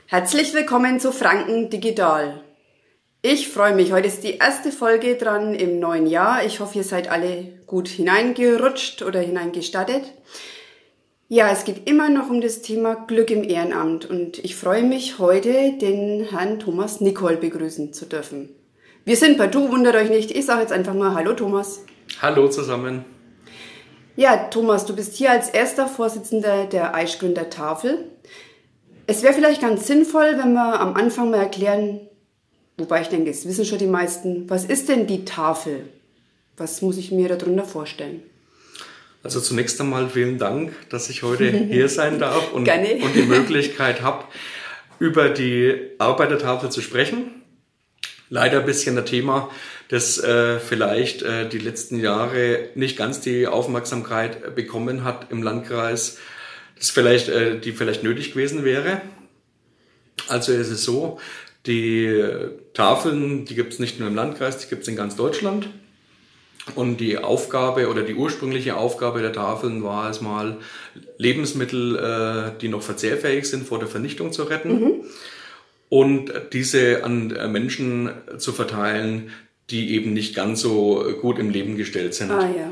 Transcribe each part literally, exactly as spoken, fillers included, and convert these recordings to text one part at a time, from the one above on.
Herzlich willkommen zu Franken Digital. Ich freue mich, heute ist die erste Folge dran im neuen Jahr. Ich hoffe, ihr seid alle gut hineingerutscht oder hineingestartet. Ja, es geht immer noch um das Thema Glück im Ehrenamt und ich freue mich, heute den Herrn Thomas Nicol begrüßen zu dürfen. Wir sind per Du, wundert euch nicht. Ich sage jetzt einfach mal Hallo Thomas. Hallo zusammen. Ja, Thomas, du bist hier als erster Vorsitzender der Aischgründer Tafel. Es wäre vielleicht ganz sinnvoll, wenn wir am Anfang mal erklären, wobei ich denke, es wissen schon die meisten, was ist denn die Tafel? Was muss ich mir darunter vorstellen? Also zunächst einmal vielen Dank, dass ich heute hier sein darf und, Gerne. und die Möglichkeit habe, über die Arbeit der Tafel zu sprechen. Leider ein bisschen ein Thema, das äh, vielleicht äh, die letzten Jahre nicht ganz die Aufmerksamkeit bekommen hat im Landkreis, das vielleicht, äh, die vielleicht nötig gewesen wäre. Also ist es so, die Tafeln, die gibt es nicht nur im Landkreis, die gibt es in ganz Deutschland. Und die Aufgabe oder die ursprüngliche Aufgabe der Tafeln war es mal, Lebensmittel, äh, die noch verzehrfähig sind, vor der Vernichtung zu retten. Mhm. Und diese an Menschen zu verteilen, die eben nicht ganz so gut im Leben gestellt sind. Ah, ja.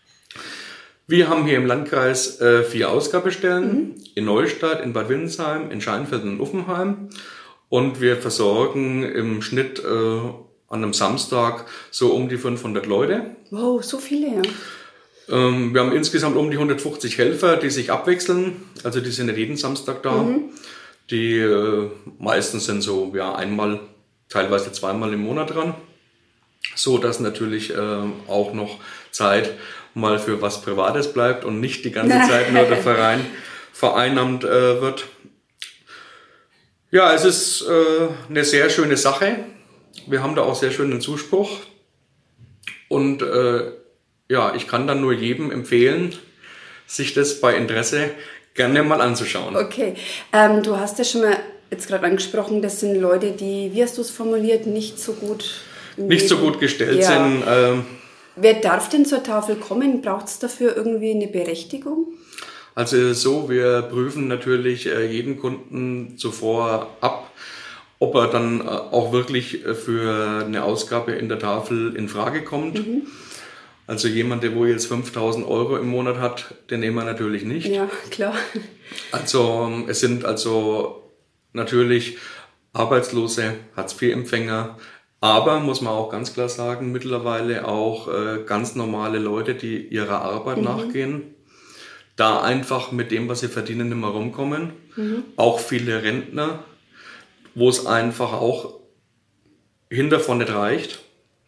Wir haben hier im Landkreis äh, vier Ausgabestellen, mhm. in Neustadt, in Bad Windsheim, in Scheinfeld und Uffenheim. Und wir versorgen im Schnitt äh, an einem Samstag so um die fünfhundert Leute. Wow, so viele, ja. Ähm, wir haben insgesamt um die hundertfünfzig Helfer, die sich abwechseln. Also die sind nicht jeden Samstag da. Mhm. Die äh, meisten sind so ja einmal, teilweise zweimal im Monat dran. So dass natürlich äh, auch noch Zeit mal für was Privates bleibt und nicht die ganze Zeit nur der Verein vereinnahmt äh, wird. Ja, es ist äh, eine sehr schöne Sache. Wir haben da auch sehr schönen Zuspruch. Und äh, ja, ich kann dann nur jedem empfehlen, sich das bei Interesse gerne mal anzuschauen. Okay, ähm, du hast ja schon mal jetzt gerade angesprochen, das sind Leute, die, wie hast du es formuliert, nicht so gut... Nicht so gut gestellt ja. sind. Ähm, Wer darf denn zur Tafel kommen? Braucht es dafür irgendwie eine Berechtigung? Also es ist so, wir prüfen natürlich jeden Kunden zuvor ab, ob er dann auch wirklich für eine Ausgabe in der Tafel in Frage kommt. Mhm. Also jemand, der wo jetzt fünftausend Euro im Monat hat, den nehmen wir natürlich nicht. Ja, klar. Also es sind also natürlich Arbeitslose, Hartz vier Empfänger, aber, muss man auch ganz klar sagen, mittlerweile auch äh, ganz normale Leute, die ihrer Arbeit mhm. nachgehen, da einfach mit dem, was sie verdienen, nicht mehr rumkommen. Mhm. Auch viele Rentner, wo es einfach auch hintervon nicht reicht.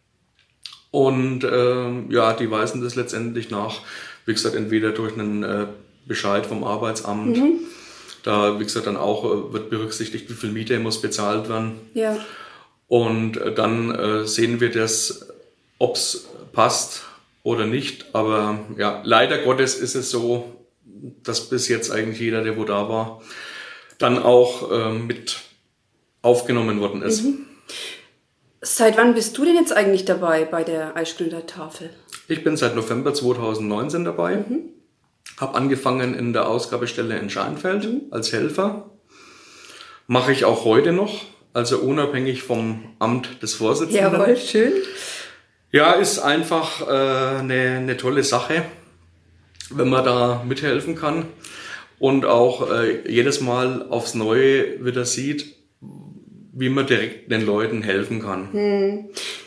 Und äh, ja, die weisen das letztendlich nach, wie gesagt, entweder durch einen äh, Bescheid vom Arbeitsamt, mhm. da, wie gesagt, dann auch äh, wird berücksichtigt, wie viel Miete muss bezahlt werden. Ja. Und dann äh, sehen wir das, ob es passt oder nicht. Aber ja, leider Gottes ist es so, dass bis jetzt eigentlich jeder, der wo da war, dann auch äh, mit aufgenommen worden ist. Mhm. Seit wann bist du denn jetzt eigentlich dabei bei der Aischgründer Tafel? Ich bin seit November zweitausendneunzehn dabei. Mhm. Habe angefangen in der Ausgabestelle in Scheinfeld mhm. als Helfer. Mache ich auch heute noch. Also unabhängig vom Amt des Vorsitzenden. Jawohl, schön. Ja, ist einfach äh, eine, eine tolle Sache, wenn man da mithelfen kann und auch äh, jedes Mal aufs Neue wieder sieht, wie man direkt den Leuten helfen kann. Hm.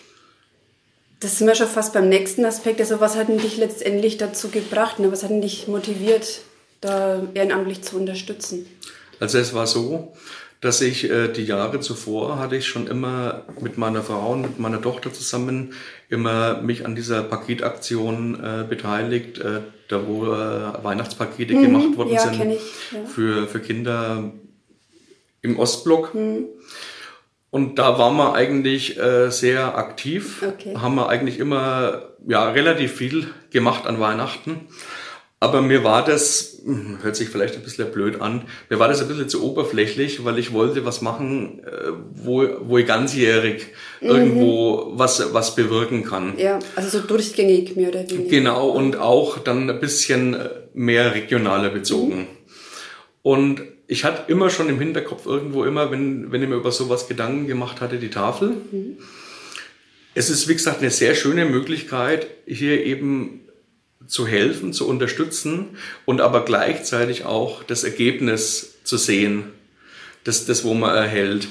Das sind wir schon fast beim nächsten Aspekt. Also was hat denn dich letztendlich dazu gebracht? Ne? Was hat denn dich motiviert, da ehrenamtlich zu unterstützen? Also es war so, dass ich äh, die Jahre zuvor hatte ich schon immer mit meiner Frau und mit meiner Tochter zusammen immer mich an dieser Paketaktion äh, beteiligt, äh, da wo äh, Weihnachtspakete mhm, gemacht worden ja, sind kenn ich, ja. für, für Kinder im Ostblock. Mhm. Und da waren wir eigentlich äh, sehr aktiv, okay. haben wir eigentlich immer ja relativ viel gemacht an Weihnachten. Aber mir war das, hört sich vielleicht ein bisschen blöd an, mir war das ein bisschen zu oberflächlich, weil ich wollte was machen, wo, wo ich ganzjährig mhm. irgendwo was, was bewirken kann. Ja, also so durchgängig mehr oder weniger. Genau, und auch dann ein bisschen mehr regionaler bezogen. Mhm. Und ich hatte immer schon im Hinterkopf irgendwo immer, wenn, wenn ich mir über sowas Gedanken gemacht hatte, die Tafel. Mhm. Es ist, wie gesagt, eine sehr schöne Möglichkeit, hier eben zu helfen, zu unterstützen und aber gleichzeitig auch das Ergebnis zu sehen, das, das wo man erhält.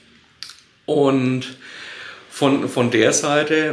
Und von, von der Seite,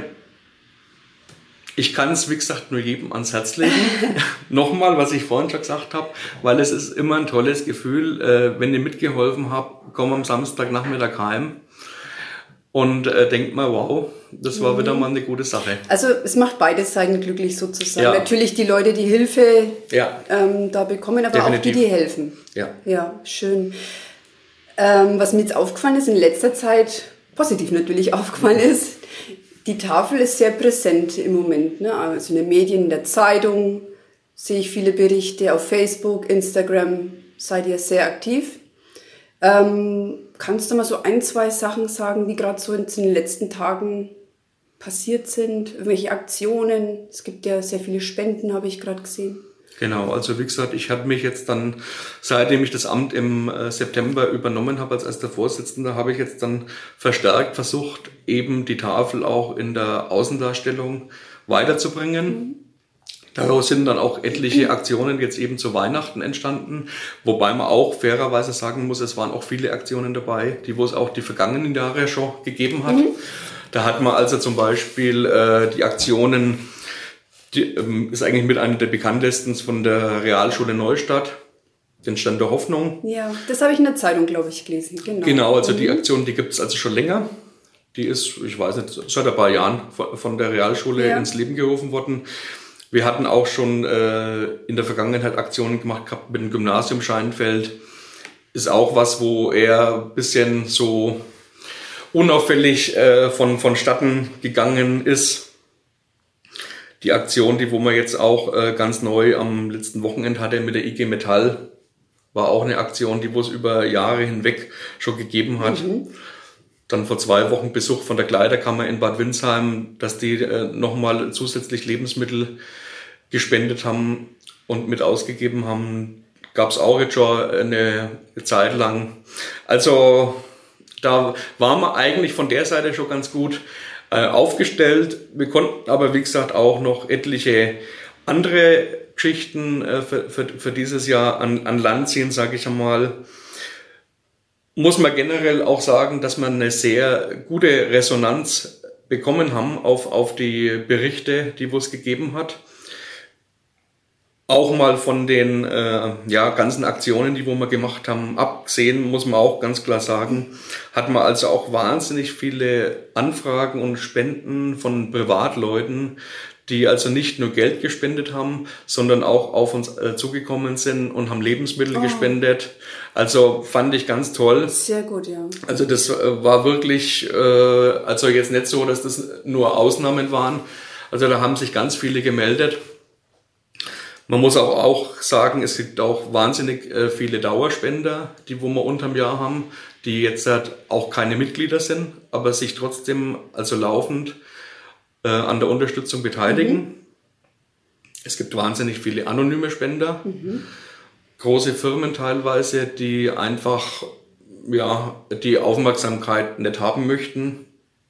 ich kann es, wie gesagt, nur jedem ans Herz legen. Nochmal, was ich vorhin schon gesagt habe, weil es ist immer ein tolles Gefühl, äh, wenn ihr mitgeholfen habt, komm am Samstagnachmittag heim und äh, denkt mal, wow, das war mhm. wieder mal eine gute Sache. Also es macht beide Seiten glücklich sozusagen. Ja. Natürlich die Leute, die Hilfe ja. ähm, da bekommen, aber definitiv. Auch die, die helfen. Ja, ja schön. Ähm, was mir jetzt aufgefallen ist in letzter Zeit, positiv natürlich aufgefallen ist, die Tafel ist sehr präsent im Moment. Ne? Also in den Medien, in der Zeitung sehe ich viele Berichte, auf Facebook, Instagram seid ihr sehr aktiv. Ähm, kannst du mal so ein, zwei Sachen sagen, die gerade so in den letzten Tagen passiert sind? Irgendwelche Aktionen? Es gibt ja sehr viele Spenden, habe ich gerade gesehen. Genau, also wie gesagt, ich habe mich jetzt dann, seitdem ich das Amt im September übernommen habe als erster Vorsitzender, habe ich jetzt dann verstärkt versucht, eben die Tafel auch in der Außendarstellung weiterzubringen. Mhm. Daraus sind dann auch etliche Aktionen jetzt eben zu Weihnachten entstanden, wobei man auch fairerweise sagen muss, es waren auch viele Aktionen dabei, die wo es auch die vergangenen Jahre schon gegeben hat. Mhm. Da hat man also zum Beispiel äh, die Aktionen, die ähm, ist eigentlich mit einer der bekanntesten von der Realschule Neustadt, den Stand der Hoffnung. Ja, das habe ich in der Zeitung, glaube ich, gelesen. Genau, genau also mhm. die Aktion, die gibt es also schon länger. Die ist, ich weiß nicht, seit ein paar Jahren von der Realschule ja. ins Leben gerufen worden. Wir hatten auch schon äh, in der Vergangenheit Aktionen gemacht gehabt mit dem Gymnasium Scheinfeld. Ist auch was, wo er ein bisschen so unauffällig äh, von, vonstatten gegangen ist. Die Aktion, die wo man jetzt auch äh, ganz neu am letzten Wochenende hatte mit der I G Metall, war auch eine Aktion, die wo es über Jahre hinweg schon gegeben hat. Mhm. Dann vor zwei Wochen Besuch von der Kleiderkammer in Bad Windsheim, dass die äh, nochmal zusätzlich Lebensmittel gespendet haben und mit ausgegeben haben. Gab es auch jetzt schon eine Zeit lang. Also da waren wir eigentlich von der Seite schon ganz gut äh, aufgestellt. Wir konnten aber, wie gesagt, auch noch etliche andere Geschichten äh, für, für, für dieses Jahr an, an Land ziehen, sage ich einmal. Muss man generell auch sagen, dass wir eine sehr gute Resonanz bekommen haben auf, auf die Berichte, die es gegeben hat. Auch mal von den äh, ja, ganzen Aktionen, die wo wir gemacht haben, abgesehen, muss man auch ganz klar sagen, hat man also auch wahnsinnig viele Anfragen und Spenden von Privatleuten, die also nicht nur Geld gespendet haben, sondern auch auf uns äh, zugekommen sind und haben Lebensmittel oh. gespendet. Also fand ich ganz toll. Sehr gut, ja. Also das äh, war wirklich, äh, also jetzt nicht so, dass das nur Ausnahmen waren. Also da haben sich ganz viele gemeldet. Man muss auch, auch sagen, es gibt auch wahnsinnig äh, viele Dauerspender, die wo wir unterm Jahr haben, die jetzt halt auch keine Mitglieder sind, aber sich trotzdem also laufend äh, an der Unterstützung beteiligen. Mhm. Es gibt wahnsinnig viele anonyme Spender, mhm. große Firmen teilweise, die einfach ja die Aufmerksamkeit nicht haben möchten.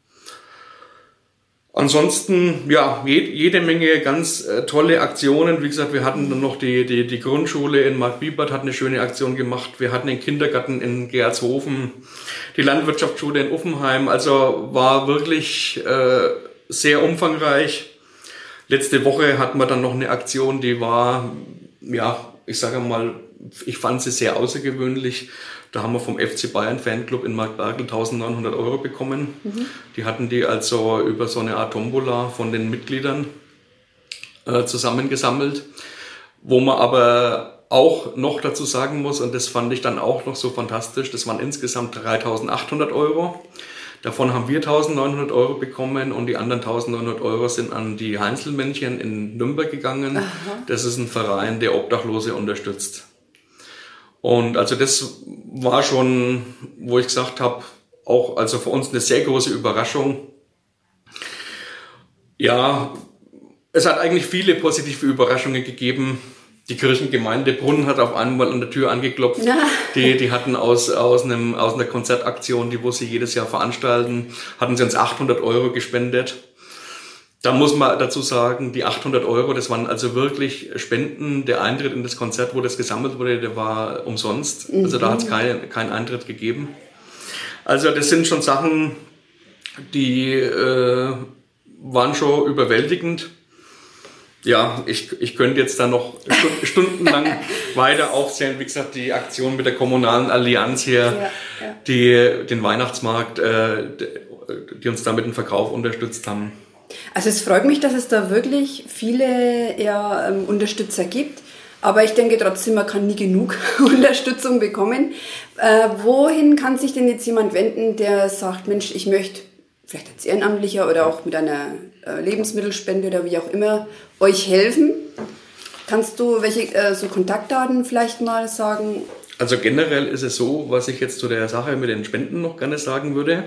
Ansonsten, ja, jede Menge ganz äh, tolle Aktionen. Wie gesagt, wir hatten dann noch die, die, die Grundschule in Marktbibert, hat eine schöne Aktion gemacht. Wir hatten den Kindergarten in Geretshofen, die Landwirtschaftsschule in Uffenheim. Also war wirklich äh, sehr umfangreich. Letzte Woche hatten wir dann noch eine Aktion, die war, ja, ich sage mal, ich fand sie sehr außergewöhnlich. Da haben wir vom F C Bayern Fanclub in Marktbergl eintausendneunhundert Euro bekommen. Mhm. Die hatten die also über so eine Art Tombola von den Mitgliedern äh, zusammengesammelt. Wo man aber auch noch dazu sagen muss, und das fand ich dann auch noch so fantastisch, das waren insgesamt dreitausendachthundert Euro. Davon haben wir eintausendneunhundert Euro bekommen und die anderen eintausendneunhundert Euro sind an die Heinzelmännchen in Nürnberg gegangen. Aha. Das ist ein Verein, der Obdachlose unterstützt. Und also das war schon, wo ich gesagt habe, auch also für uns eine sehr große Überraschung. Ja, es hat eigentlich viele positive Überraschungen gegeben. Die Kirchengemeinde Brunn hat auf einmal an der Tür angeklopft. Ja. Die, die hatten aus, aus, einem, aus einer Konzertaktion, die wo sie jedes Jahr veranstalten, hatten sie uns achthundert Euro gespendet. Da muss man dazu sagen, die achthundert Euro, das waren also wirklich Spenden. Der Eintritt in das Konzert, wo das gesammelt wurde, der war umsonst. Mhm. Also da hat es keinen keinen Eintritt gegeben. Also das sind schon Sachen, die äh, waren schon überwältigend. Ja, ich, ich könnte jetzt da noch stundenlang weiter aufzählen. Wie gesagt, die Aktion mit der Kommunalen Allianz hier, ja, ja. die den Weihnachtsmarkt, äh, die uns da mit dem Verkauf unterstützt haben. Also es freut mich, dass es da wirklich viele ja, ähm, Unterstützer gibt. Aber ich denke trotzdem, man kann nie genug Unterstützung bekommen. Äh, wohin kann sich denn jetzt jemand wenden, der sagt, Mensch, ich möchte vielleicht als Ehrenamtlicher oder auch mit einer äh, Lebensmittelspende oder wie auch immer euch helfen? Kannst du welche äh, so Kontaktdaten vielleicht mal sagen? Also generell ist es so, was ich jetzt zu der Sache mit den Spenden noch gerne sagen würde.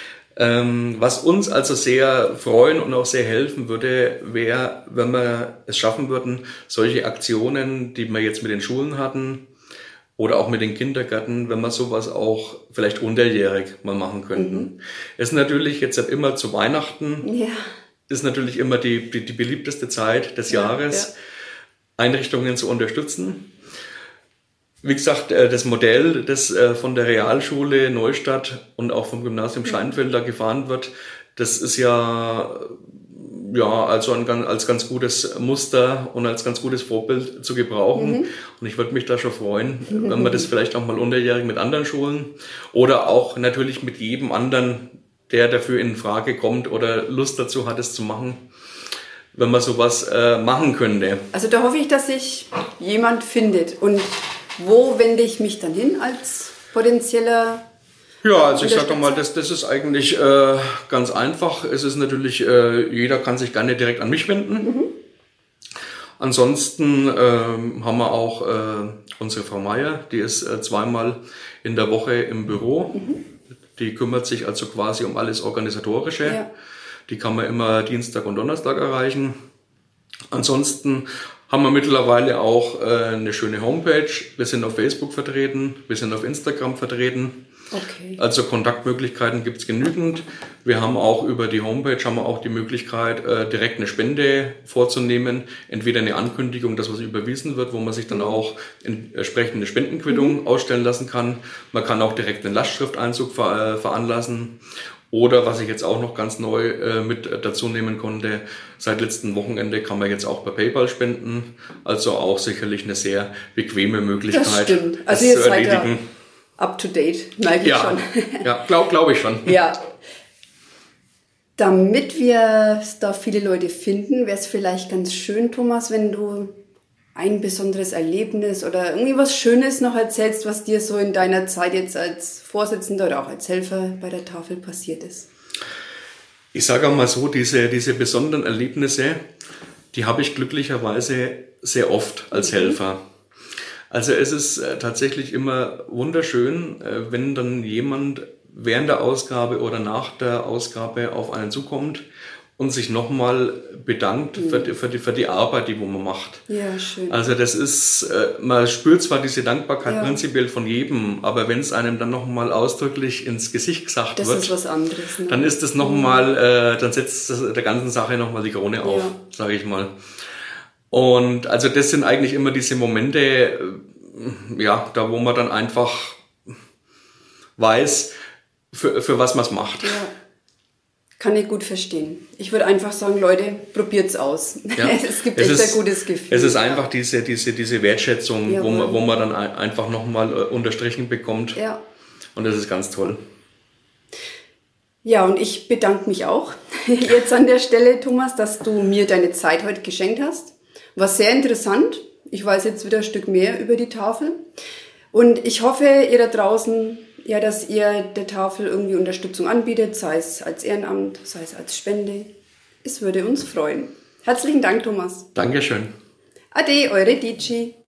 Ähm, was uns also sehr freuen und auch sehr helfen würde, wäre, wenn wir es schaffen würden, solche Aktionen, die wir jetzt mit den Schulen hatten oder auch mit den Kindergärten, wenn wir sowas auch vielleicht unterjährig mal machen könnten. Mhm. Es ist natürlich jetzt halt immer zu Weihnachten, ja. ist natürlich immer die, die, die beliebteste Zeit des ja, Jahres, ja. Einrichtungen zu unterstützen. Wie gesagt, das Modell, das von der Realschule Neustadt und auch vom Gymnasium Scheinfeld da gefahren wird, das ist ja, ja also ein, als ganz gutes Muster und als ganz gutes Vorbild zu gebrauchen. Mhm. Und ich würde mich da schon freuen, mhm. wenn wir das vielleicht auch mal unterjährig mit anderen Schulen oder auch natürlich mit jedem anderen, der dafür in Frage kommt oder Lust dazu hat, es zu machen, wenn man sowas äh, machen könnte. Also da hoffe ich, dass sich jemand findet. Und wo wende ich mich dann hin als potenzieller? Ja, also ich sage mal, das, das ist eigentlich äh, ganz einfach. Es ist natürlich, äh, jeder kann sich gerne direkt an mich wenden. Mhm. Ansonsten äh, haben wir auch äh, unsere Frau Meier, die ist äh, zweimal in der Woche im Büro. Mhm. Die kümmert sich also quasi um alles Organisatorische. Ja. Die kann man immer Dienstag und Donnerstag erreichen. Ansonsten haben wir mittlerweile auch äh, eine schöne Homepage. Wir sind auf Facebook vertreten, wir sind auf Instagram vertreten. Okay. Also Kontaktmöglichkeiten gibt's genügend. Wir haben auch über die Homepage haben wir auch die Möglichkeit, äh, direkt eine Spende vorzunehmen. Entweder eine Ankündigung, dass was überwiesen wird, wo man sich dann auch entsprechende Spendenquittung mhm. ausstellen lassen kann. Man kann auch direkt einen Lastschrifteinzug ver, äh, veranlassen. Oder was ich jetzt auch noch ganz neu äh, mit dazu nehmen konnte, seit letzten Wochenende kann man jetzt auch per PayPal spenden. Also auch sicherlich eine sehr bequeme Möglichkeit, das stimmt. Also das jetzt zu erledigen. Up to date, merke ich ja, schon. Ja, glaube glaub ich schon. Ja. Damit wir da viele Leute finden, wäre es vielleicht ganz schön, Thomas, wenn du ein besonderes Erlebnis oder irgendwie was Schönes noch erzählst, was dir so in deiner Zeit jetzt als Vorsitzender oder auch als Helfer bei der Tafel passiert ist. Ich sage auch mal so, diese, diese besonderen Erlebnisse, die habe ich glücklicherweise sehr oft als mhm. Helfer. Also es ist äh, tatsächlich immer wunderschön, äh, wenn dann jemand während der Ausgabe oder nach der Ausgabe auf einen zukommt und sich nochmal bedankt mhm. für, die, für, die, für die Arbeit, die wo man macht. Ja, schön. Also das ist, äh, man spürt zwar diese Dankbarkeit ja. prinzipiell von jedem, aber wenn es einem dann nochmal ausdrücklich ins Gesicht gesagt das wird, ist was anderes, ne? dann ist das nochmal, mhm. äh, dann setzt das der ganzen Sache nochmal die Krone auf, ja. sage ich mal. Und also das sind eigentlich immer diese Momente, ja, da wo man dann einfach weiß, für, für was man es macht. Ja. Kann ich gut verstehen. Ich würde einfach sagen, Leute, probiert's aus. Ja. Es gibt echt ein gutes Gefühl. Es ist einfach diese, diese, diese Wertschätzung, ja, wo man, wo man dann einfach nochmal unterstrichen bekommt. Ja. Und das ist ganz toll. Ja, und ich bedanke mich auch jetzt an der Stelle, Thomas, dass du mir deine Zeit heute geschenkt hast. War sehr interessant. Ich weiß jetzt wieder ein Stück mehr über die Tafel. Und ich hoffe, ihr da draußen, ja, dass ihr der Tafel irgendwie Unterstützung anbietet, sei es als Ehrenamt, sei es als Spende. Es würde uns freuen. Herzlichen Dank, Thomas. Dankeschön. Ade, eure Dici.